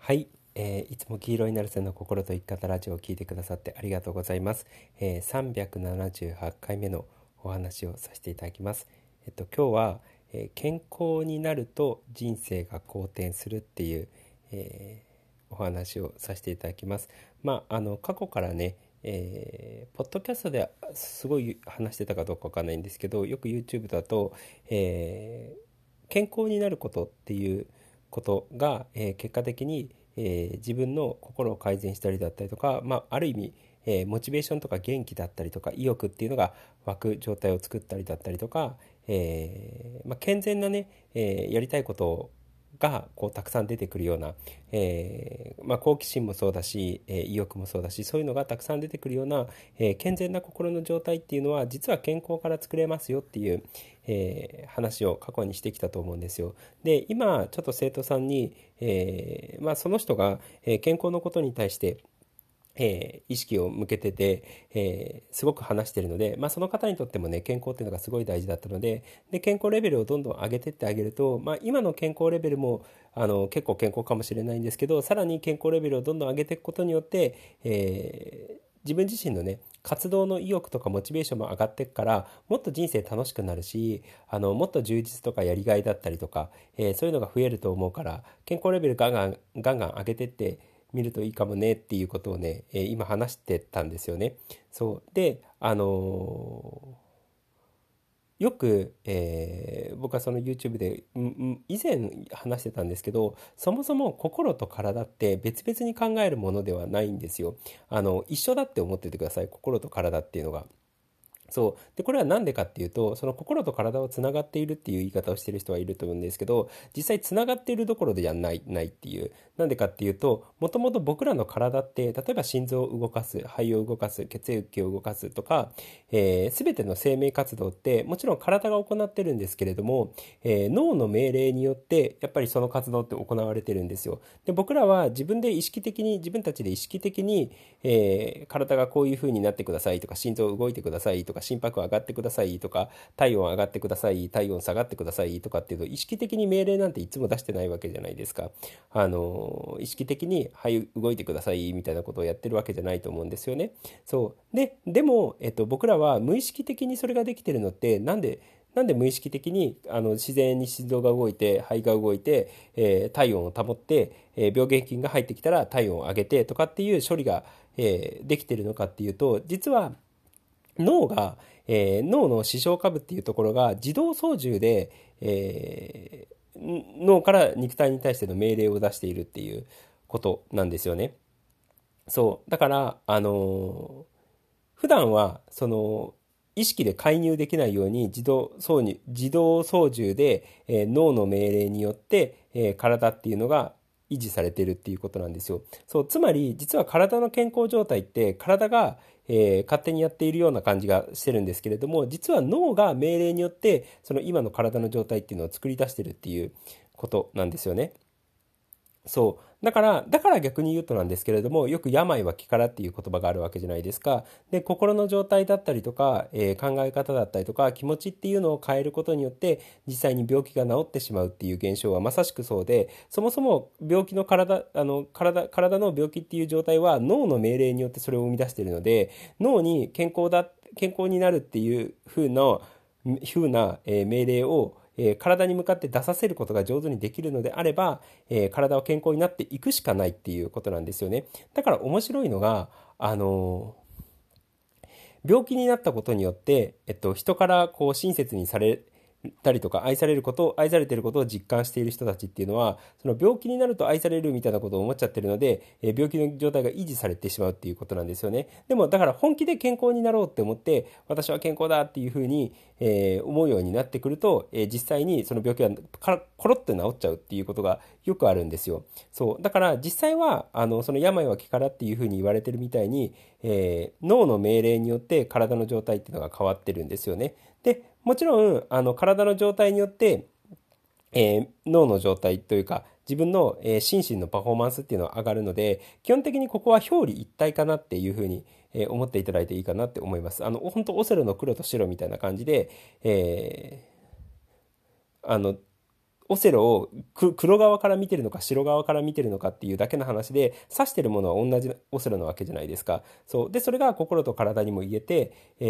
はい、いつも黄色いナルセの心と生き方ラジオを聞いてくださってありがとうございます。378回目のお話をさせていただきます。今日は、健康になると人生が好転するっていう、お話をさせていただきます。過去からね、ポッドキャストですごい話してたかどうかわかんないんですけど、よく YouTube だと、健康になることっていうことが、結果的に、自分の心を改善したりだったりとか、ある意味、モチベーションとか元気だったりとか意欲っていうのが湧く状態を作ったりだったりとか、健全なね、やりたいことがこうたくさん出てくるような、好奇心もそうだし、意欲もそうだし、そういうのがたくさん出てくるような、健全な心の状態っていうのは実は健康から作れますよっていう、話を過去にしてきたと思うんですよ。で、今ちょっと生徒さんに、その人が、健康のことに対して意識を向けてて、すごく話しているので、その方にとってもね、健康っていうのがすごい大事だったので、健康レベルをどんどん上げてってあげると、今の健康レベルも結構健康かもしれないんですけど、さらに健康レベルをどんどん上げていくことによって、自分自身のね、活動の意欲とかモチベーションも上がっていくから、もっと人生楽しくなるし、もっと充実とかやりがいだったりとか、そういうのが増えると思うから、健康レベルガンガンガンガン上げてって見るといいかもねっていうことをね、今話してたんですよね。そうで、よく、僕はその YouTube で以前話してたんですけど、そもそも心と体って別々に考えるものではないんですよ。一緒だって思っててください、心と体っていうのが。そうで、これは何でかっていうと、その心と体をつながっているっていう言い方をしている人はいると思うんですけど、実際つながっているどころではないっていう。なんでかっていうと、もともと僕らの体って、例えば心臓を動かす、肺を動かす、血液を動かすとか、全ての生命活動ってもちろん体が行ってるんですけれども、脳の命令によってやっぱりその活動って行われてるんですよ。で、僕らは自分で意識的に、自分たちで意識的に、体がこういう風になってくださいとか、心臓動いてくださいとか、心拍上がってくださいとか、体温上がってください、体温下がってくださいとかっていうと、意識的に命令なんていつも出してないわけじゃないですか。意識的に、はい、動いてくださいみたいなことをやってるわけじゃないと思うんですよね。そうで、でも、僕らは無意識的にそれができてるのって、なんで無意識的に自然に心臓が動いて肺が動いて、体温を保って、病原菌が入ってきたら体温を上げてとかっていう処理が、できてるのかっていうと、実は脳が、脳の視床下部っていうところが自動操縦で、脳から肉体に対しての命令を出しているっていうことなんですよね。そうだから、普段はその意識で介入できないように自動操縦で、脳の命令によって、体っていうのが維持されているっていうことなんですよ。そうつまり実は体の健康状態って体が、勝手にやっているような感じがしてるんですけれども、実は脳が命令によってその今の体の状態っていうのを作り出してるっていうことなんですよね。そうだから逆に言うとなんですけれども、よく病は気からっていう言葉があるわけじゃないですか。で、心の状態だったりとか、考え方だったりとか気持ちっていうのを変えることによって実際に病気が治ってしまうっていう現象はまさしくそうで、そもそも病気の体の病気っていう状態は脳の命令によってそれを生み出しているので、脳に健康になるっていう風な命令を体に向かって出させることが上手にできるのであれば、体は健康になっていくしかないっていうことなんですよね。だから面白いのが、病気になったことによって、人からこう親切にされたりとか愛されていることを実感している人たちっていうのは、その病気になると愛されるみたいなことを思っちゃってるので、病気の状態が維持されてしまうっていうことなんですよね。でもだから本気で健康になろうって思って、私は健康だっていうふうに、思うようになってくると、実際にその病気がコロッと治っちゃうっていうことがよくあるんですよ。そうだから実際はその病は気からっていうふうに言われてるみたいに、脳の命令によって体の状態っていうのが変わってるんですよね。で、もちろん体の状態によって、脳の状態というか自分の、心身のパフォーマンスっていうのは上がるので、基本的にここは表裏一体かなっていうふうに、思っていただいていいかなって思います。本当オセロの黒と白みたいな感じで、あのオセロを黒側から見てるのか白側から見てるのかっていうだけの話で、指してるものは同じオセロなわけじゃないですか。そうで、それが心と体にも言えて、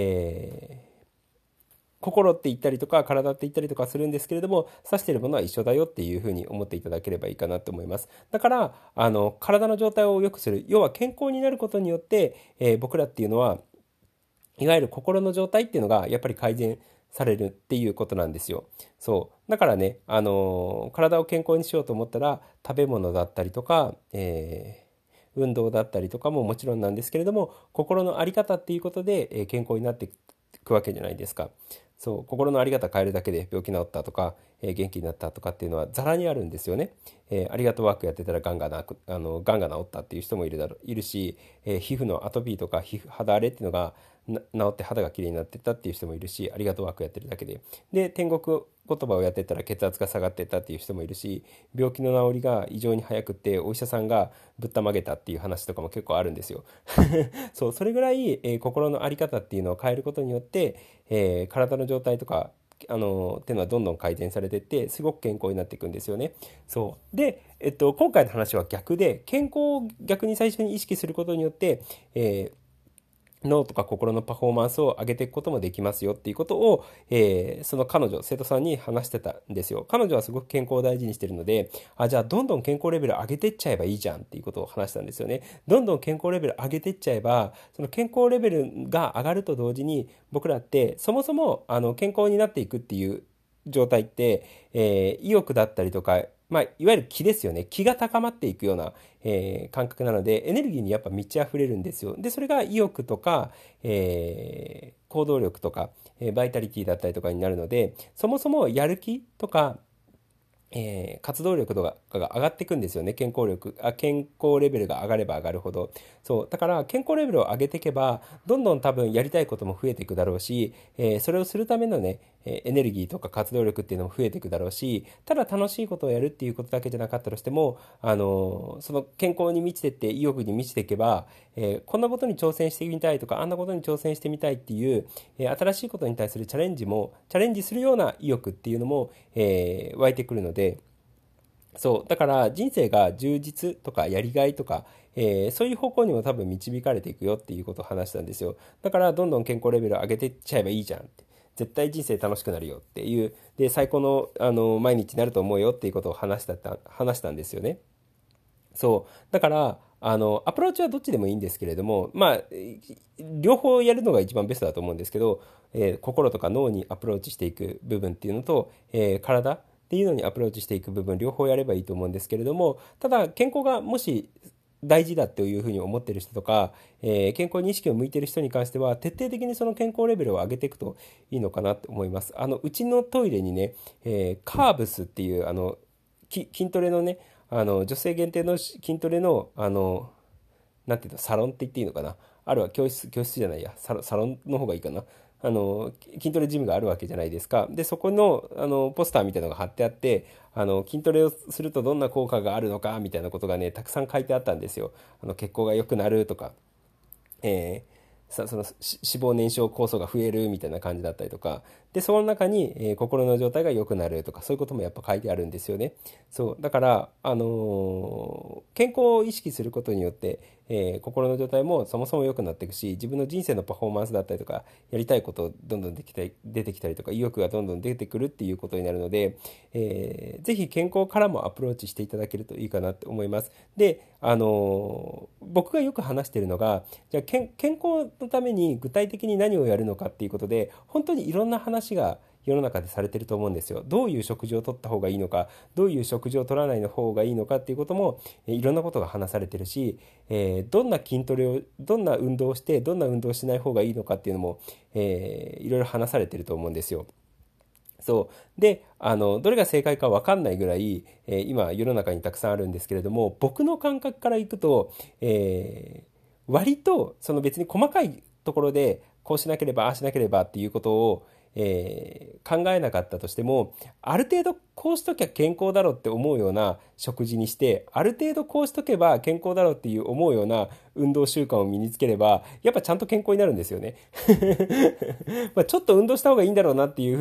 心って言ったりとか体って言ったりとかするんですけれども、指しているものは一緒だよっていうふうに思っていただければいいかなと思います。だから体の状態を良くする、要は健康になることによって、僕らっていうのはいわゆる心の状態っていうのがやっぱり改善されるっていうことなんですよ。そうだからね、体を健康にしようと思ったら食べ物だったりとか、運動だったりとかももちろんなんですけれども、心の在り方っていうことで、健康になっていくわけじゃないですか。そう心の在り方変えるだけで病気治ったとか、元気になったとかっていうのはざらにあるんですよね。ありがとうワークやってたらがんがが治ったっていう人もいるし、皮膚のアトピーとか肌荒れっていうのが治って肌がきれいになってったっていう人もいるし、ありがとうワークやってるだけで天国言葉をやってたら血圧が下がってったっていう人もいるし、病気の治りが異常に早くってお医者さんがぶったまげたっていう話とかも結構あるんですよ。そうそれぐらい、心の在り方っていうのを変えることによって、体の状態とかっていうのはどんどん改善されていってすごく健康になっていくんですよね。そうで、今回の話は逆で、健康を逆に最初に意識することによって、脳とか心のパフォーマンスを上げていくこともできますよっていうことを、その生徒さんに話してたんですよ。彼女はすごく健康を大事にしてるので、じゃあどんどん健康レベル上げていっちゃえばいいじゃんっていうことを話したんですよね。どんどん健康レベル上げていっちゃえば、その健康レベルが上がると同時に、僕らってそもそも健康になっていくっていう状態って、意欲だったりとか、いわゆる気ですよね。気が高まっていくような、感覚なので、エネルギーにやっぱ満ち溢れるんですよ。で、それが意欲とか、行動力とか、バイタリティだったりとかになるので、そもそもやる気とか、活動力とかが上がっていくんですよね。健康レベルが上がれば上がるほど。そう。だから健康レベルを上げていけば、どんどん多分やりたいことも増えていくだろうし、それをするためのね、エネルギーとか活動力っていうのも増えていくだろうし、ただ楽しいことをやるっていうことだけじゃなかったとしても、その健康に満ちてって意欲に満ちていけば、こんなことに挑戦してみたいとか、あんなことに挑戦してみたいっていう、新しいことに対するチャレンジするような意欲っていうのも、湧いてくるので、そうだから人生が充実とかやりがいとか、そういう方向にも多分導かれていくよっていうことを話したんですよ。だからどんどん健康レベルを上げていっちゃえばいいじゃんって、絶対人生楽しくなるよっていう、で最高の、毎日になると思うよっていうことを話したんですよね。そうだからアプローチはどっちでもいいんですけれども、両方やるのが一番ベストだと思うんですけど、心とか脳にアプローチしていく部分っていうのと、体っていうのにアプローチしていく部分、両方やればいいと思うんですけれども、ただ健康がもし大事だというふうに思っている人とか、健康に意識を向いている人に関しては徹底的にその健康レベルを上げていくといいのかなと思います。うちのトイレにね、カーブスっていう筋トレのね、女性限定の筋トレのなんていうの、サロンって言っていいのかな、あるは教室じゃないや、サロンの方がいいかな、筋トレジムがあるわけじゃないですか。でそこの、ポスターみたいなのが貼ってあって、筋トレをするとどんな効果があるのかみたいなことがねたくさん書いてあったんですよ。血行が良くなるとか、その脂肪燃焼酵素が増えるみたいな感じだったりとかで、その中に、心の状態が良くなるとか、そういうこともやっぱ書いてあるんですよね。そうだから、健康を意識することによって、心の状態もそもそも良くなっていくし、自分の人生のパフォーマンスだったりとか、やりたいことどんどん出てきたりとか、意欲がどんどん出てくるっていうことになるので、ぜひ健康からもアプローチしていただけるといいかなと思います。で、僕がよく話しているのが、じゃあ健康のために具体的に何をやるのかっていうことで、本当にいろんな話が世の中でされてると思うんですよ。どういう食事をとった方がいいのか、どういう食事を取らないの方がいいのかっていうことも、いろんなことが話されてるし、どんな筋トレを、どんな運動をして、どんな運動をしない方がいいのかっていうのも、いろいろ話されてると思うんですよ。そうで、どれが正解か分かんないぐらい、今世の中にたくさんあるんですけれども、僕の感覚からいくと、割とその別に細かいところでこうしなければああしなければっていうことを、考えなかったとしても、ある程度こうしときゃ健康だろうって思うような食事にして、ある程度こうしとけば健康だろうっていう思うような運動習慣を身につければ、やっぱちゃんと健康になるんですよね。ちょっと運動した方がいいんだろうなっていうふうに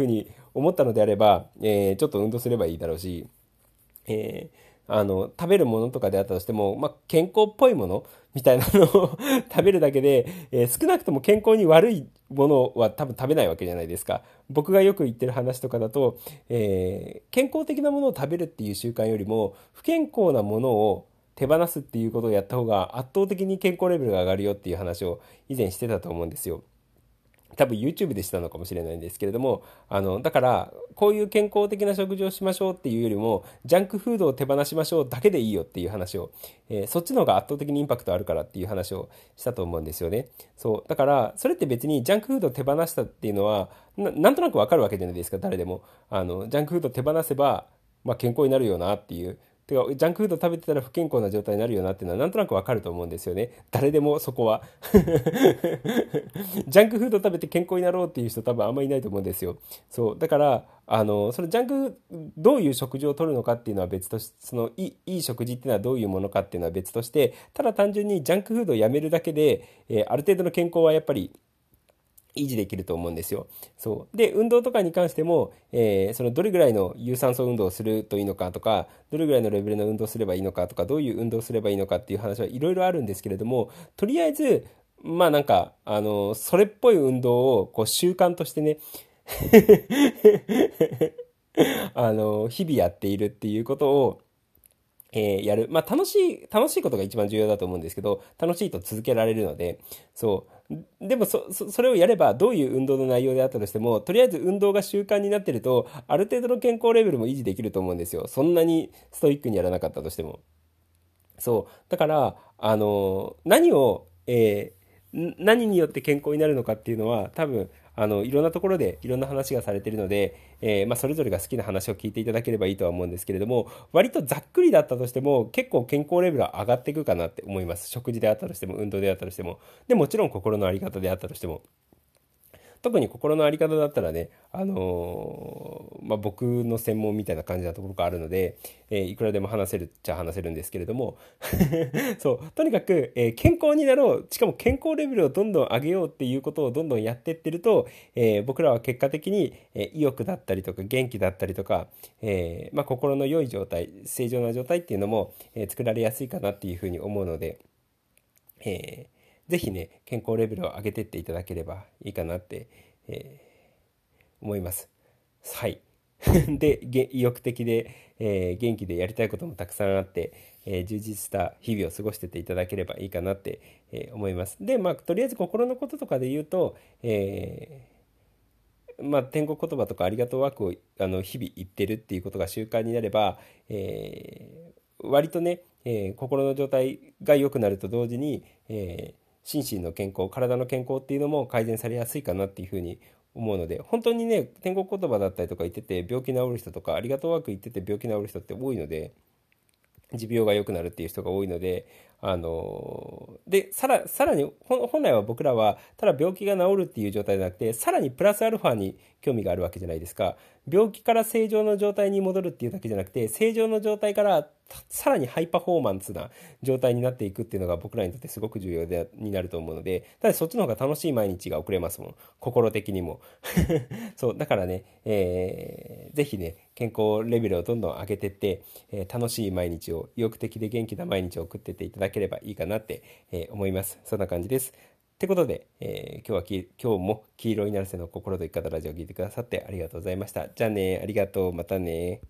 思ったのであれば、ちょっと運動すればいいだろうし、食べるものとかであったとしても、健康っぽいものみたいなのを食べるだけで、少なくとも健康に悪いものは多分食べないわけじゃないですか。僕がよく言ってる話とかだと、健康的なものを食べるっていう習慣よりも、不健康なものを手放すっていうことをやった方が圧倒的に健康レベルが上がるよっていう話を以前してたと思うんですよ。多分 YouTube でしたのかもしれないんですけれども、だからこういう健康的な食事をしましょうっていうよりも、ジャンクフードを手放しましょうだけでいいよっていう話を、そっちの方が圧倒的にインパクトあるからっていう話をしたと思うんですよね。そうだからそれって別にジャンクフードを手放したっていうのはなんとなくわかるわけじゃないですか。誰でもジャンクフードを手放せば、健康になるよなっていう、てかジャンクフード食べてたら不健康な状態になるよなっていうのはなんとなくわかると思うんですよね。誰でもそこはジャンクフード食べて健康になろうっていう人多分あんまりいないと思うんですよ。そうだからそのジャンクどういう食事をとるのかっていうのは別とし、いい食事っていうのはどういうものかっていうのは別として、ただ単純にジャンクフードをやめるだけで、ある程度の健康はやっぱり維持できると思うんですよ。そうで、運動とかに関しても、そのどれぐらいの有酸素運動をするといいのかとか、どれぐらいのレベルの運動をすればいいのかとか、どういう運動をすればいいのかっていう話はいろいろあるんですけれども、とりあえずなんかそれっぽい運動をこう習慣としてね日々やっているっていうことをやる。楽しいことが一番重要だと思うんですけど、楽しいと続けられるので、そう。でもそれをやれば、どういう運動の内容であったとしても、とりあえず運動が習慣になってると、ある程度の健康レベルも維持できると思うんですよ。そんなにストイックにやらなかったとしても。そう。だから、何によって健康になるのかっていうのは、多分、いろんなところでいろんな話がされているので、それぞれが好きな話を聞いていただければいいとは思うんですけれども、割とざっくりだったとしても、結構健康レベルは上がっていくかなって思います。食事であったとしても、運動であったとしても。で、もちろん心のあり方であったとしても。特に心の在り方だったらね、僕の専門みたいな感じなところがあるので、いくらでも話せるっちゃ話せるんですけれどもそうとにかく、健康になろう、しかも健康レベルをどんどん上げようっていうことをどんどんやっていってると、僕らは結果的に、意欲だったりとか元気だったりとか、心の良い状態、正常な状態っていうのも、作られやすいかなっていうふうに思うので、ぜひね、健康レベルを上げていっていただければいいかなって、思います。はい。で、意欲的で、元気でやりたいこともたくさんあって、充実した日々を過ごしてていただければいいかなって、思います。で、とりあえず心のこととかで言うと、天国言葉とかありがとうワークを日々言ってるっていうことが習慣になれば、割とね、心の状態が良くなると同時に、心身の健康、体の健康っていうのも改善されやすいかなっていうふうに思うので、本当にね、天国言葉だったりとか言ってて病気治る人とか、ありがとうワーク言ってて病気治る人って多いので、持病が良くなるっていう人が多いので、でさらに本来は僕らはただ病気が治るっていう状態じゃなくて、さらにプラスアルファに興味があるわけじゃないですか。病気から正常の状態に戻るっていうだけじゃなくて、正常の状態からさらにハイパフォーマンスな状態になっていくっていうのが僕らにとってすごく重要になると思うので、ただそっちの方が楽しい毎日が送れますもん、心的にもそうだからね、ぜひね、健康レベルをどんどん上げていって、楽しい毎日を、意欲的で元気な毎日を送っていっていただければいいかなって、思います。そんな感じです。ってことで、今日も黄色いなるせの心と生き方ラジオを聞いてくださってありがとうございました。じゃあね、ありがとう、またね。